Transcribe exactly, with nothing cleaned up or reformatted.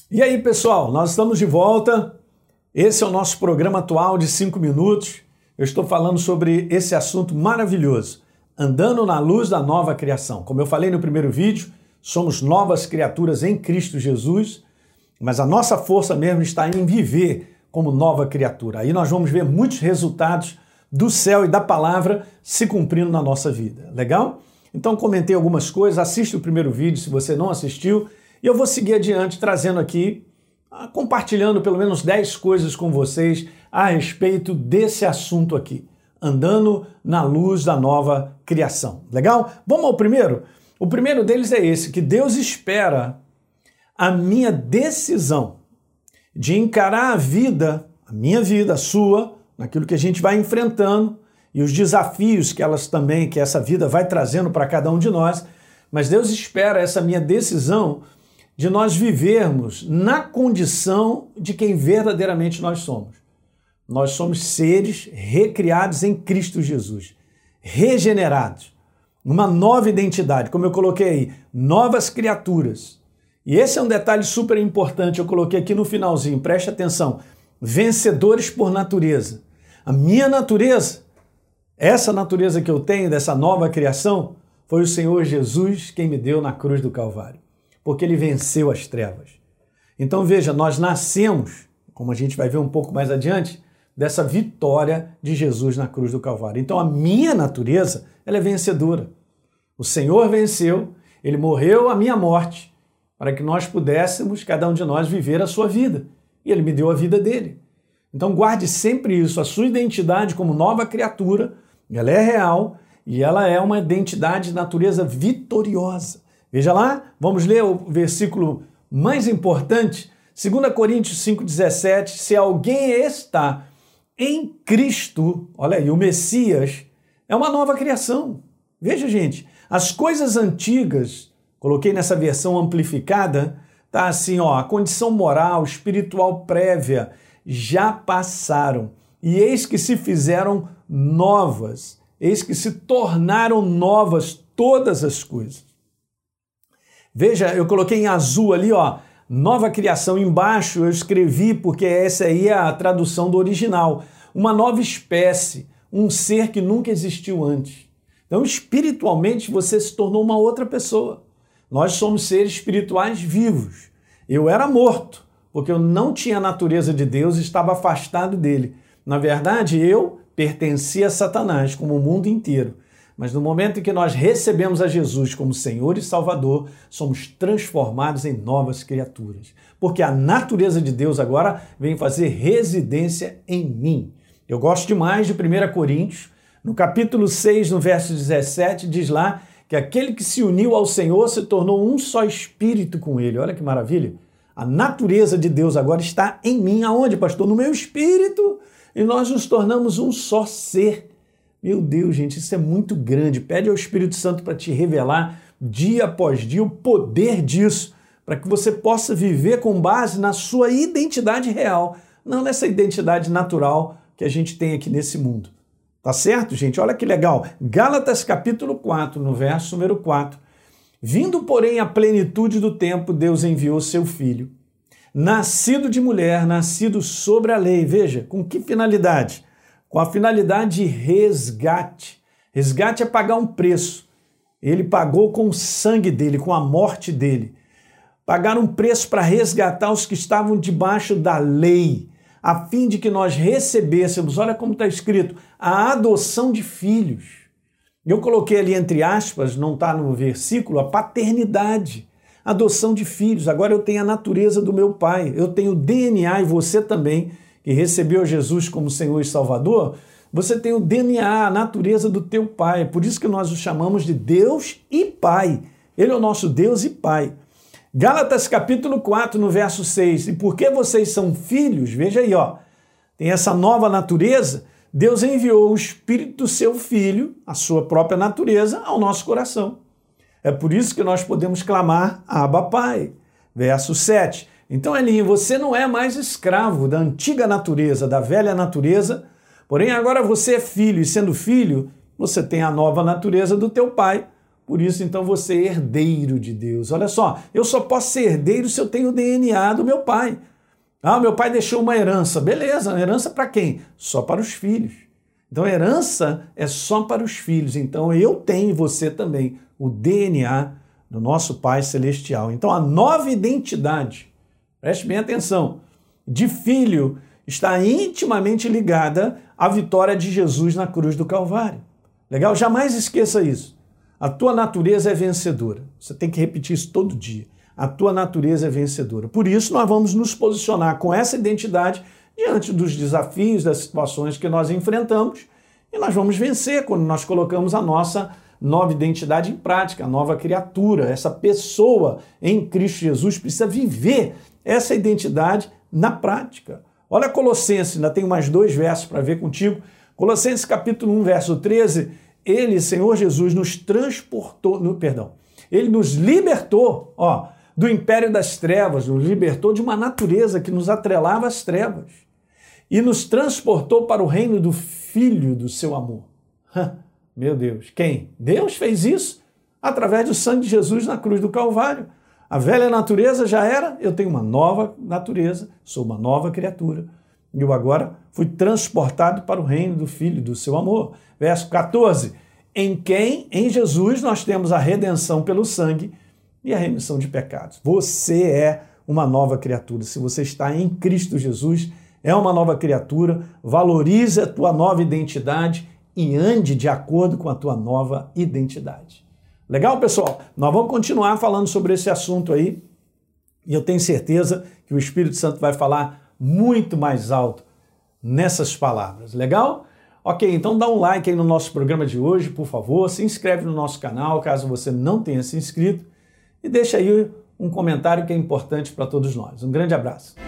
E aí, pessoal, nós estamos de volta. Esse é o nosso programa atual de cinco minutos. Eu estou falando sobre esse assunto maravilhoso, andando na luz da nova criação. Como eu falei no primeiro vídeo, somos novas criaturas em Cristo Jesus, mas a nossa força mesmo está em viver como nova criatura. Aí nós vamos ver muitos resultados do céu e da palavra se cumprindo na nossa vida. Legal? Então comentei algumas coisas, assiste o primeiro vídeo se você não assistiu, e eu vou seguir adiante trazendo aqui, compartilhando pelo menos dez coisas com vocês a respeito desse assunto aqui, andando na luz da nova criação. Legal? Vamos ao primeiro? O primeiro deles é esse, que Deus espera a minha decisão de encarar a vida, a minha vida, a sua, naquilo que a gente vai enfrentando e os desafios que elas também, que essa vida vai trazendo para cada um de nós, mas Deus espera essa minha decisão de nós vivermos na condição de quem verdadeiramente nós somos. Nós somos seres recriados em Cristo Jesus, regenerados, uma nova identidade, como eu coloquei aí, novas criaturas. E esse é um detalhe super importante, eu coloquei aqui no finalzinho, preste atenção, vencedores por natureza. A minha natureza, essa natureza que eu tenho, dessa nova criação, foi o Senhor Jesus quem me deu na cruz do Calvário, porque Ele venceu as trevas. Então veja, nós nascemos, como a gente vai ver um pouco mais adiante, dessa vitória de Jesus na cruz do Calvário. Então a minha natureza, ela é vencedora. O Senhor venceu, Ele morreu a minha morte, para que nós pudéssemos, cada um de nós, viver a sua vida. E Ele me deu a vida dele. Então guarde sempre isso, a sua identidade como nova criatura, ela é real e ela é uma identidade de natureza vitoriosa. Veja lá, vamos ler o versículo mais importante, dois Coríntios cinco, dezessete, se alguém está em Cristo, olha aí, o Messias, é uma nova criação. Veja, gente, as coisas antigas, coloquei nessa versão amplificada, tá assim, ó, a condição moral, espiritual prévia já passaram e eis que se fizeram novas, eis que se tornaram novas todas as coisas. Veja, eu coloquei em azul ali, ó, nova criação. Embaixo eu escrevi, porque essa aí é a tradução do original, uma nova espécie, um ser que nunca existiu antes. Então, espiritualmente, você se tornou uma outra pessoa. Nós somos seres espirituais vivos. Eu era morto, porque eu não tinha a natureza de Deus e estava afastado dele. Na verdade, eu pertencia a Satanás, como o mundo inteiro. Mas no momento em que nós recebemos a Jesus como Senhor e Salvador, somos transformados em novas criaturas. Porque a natureza de Deus agora vem fazer residência em mim. Eu gosto demais de primeira Coríntios. No capítulo seis, no verso dezessete, diz lá que aquele que se uniu ao Senhor se tornou um só espírito com ele. Olha que maravilha. A natureza de Deus agora está em mim. Aonde, pastor? No meu espírito. E nós nos tornamos um só ser. Meu Deus, gente, isso é muito grande. Pede ao Espírito Santo para te revelar dia após dia o poder disso, para que você possa viver com base na sua identidade real, não nessa identidade natural que a gente tem aqui nesse mundo. Tá certo, gente? Olha que legal. Gálatas capítulo quatro, no verso número quatro. Vindo, porém, à plenitude do tempo, Deus enviou seu Filho, nascido de mulher, nascido sobre a lei. Veja, com que finalidade? Com a finalidade de resgate. Resgate é pagar um preço. Ele pagou com o sangue dele, com a morte dele. Pagar um preço para resgatar os que estavam debaixo da lei, a fim de que nós recebêssemos, olha como está escrito, a adoção de filhos. Eu coloquei ali entre aspas, não está no versículo, a paternidade, adoção de filhos. Agora eu tenho a natureza do meu pai, eu tenho o D N A, e você também, que recebeu Jesus como Senhor e Salvador, você tem o D N A, a natureza do teu pai. Por isso que nós o chamamos de Deus e Pai. Ele é o nosso Deus e Pai. Gálatas capítulo quatro, no verso seis. E porque vocês são filhos, veja aí, ó, tem essa nova natureza, Deus enviou o Espírito do seu Filho, a sua própria natureza, ao nosso coração. É por isso que nós podemos clamar, Abba Pai. Verso sete. Então, Elinho, você não é mais escravo da antiga natureza, da velha natureza, porém agora você é filho, e sendo filho, você tem a nova natureza do teu pai, Por isso, então, você é herdeiro de Deus. Olha só, eu só posso ser herdeiro se eu tenho o D N A do meu pai. Ah, meu pai deixou uma herança. Beleza, herança para quem? Só para os filhos. Então, herança é só para os filhos. Então, eu tenho, você também, o D N A do nosso Pai Celestial. Então, a nova identidade, preste bem atenção, de filho está intimamente ligada à vitória de Jesus na cruz do Calvário. Legal? Jamais esqueça isso. A tua natureza é vencedora. Você tem que repetir isso todo dia. A tua natureza é vencedora. Por isso, nós vamos nos posicionar com essa identidade diante dos desafios, das situações que nós enfrentamos, e nós vamos vencer quando nós colocamos a nossa nova identidade em prática, a nova criatura. Essa pessoa em Cristo Jesus precisa viver essa identidade na prática. Olha Colossenses, ainda tem mais dois versos para ver contigo. Colossenses capítulo um, verso treze, ele, Senhor Jesus, nos transportou, no, perdão, ele nos libertou, ó, do império das trevas, nos libertou de uma natureza que nos atrelava às trevas e nos transportou para o reino do Filho do seu amor. Meu Deus, quem? Deus fez isso através do sangue de Jesus na cruz do Calvário. A velha natureza já era, eu tenho uma nova natureza, sou uma nova criatura. E eu agora fui transportado para o reino do Filho do seu amor. Verso quatorze, em quem, em Jesus, nós temos a redenção pelo sangue e a remissão de pecados. Você é uma nova criatura. Se você está em Cristo Jesus, é uma nova criatura, valorize a tua nova identidade e ande de acordo com a tua nova identidade. Legal, pessoal? Nós vamos continuar falando sobre esse assunto aí e eu tenho certeza que o Espírito Santo vai falar muito mais alto nessas palavras. Legal? Ok, então dá um like aí no nosso programa de hoje, por favor. Se inscreve no nosso canal, caso você não tenha se inscrito. E deixa aí um comentário que é importante para todos nós. Um grande abraço.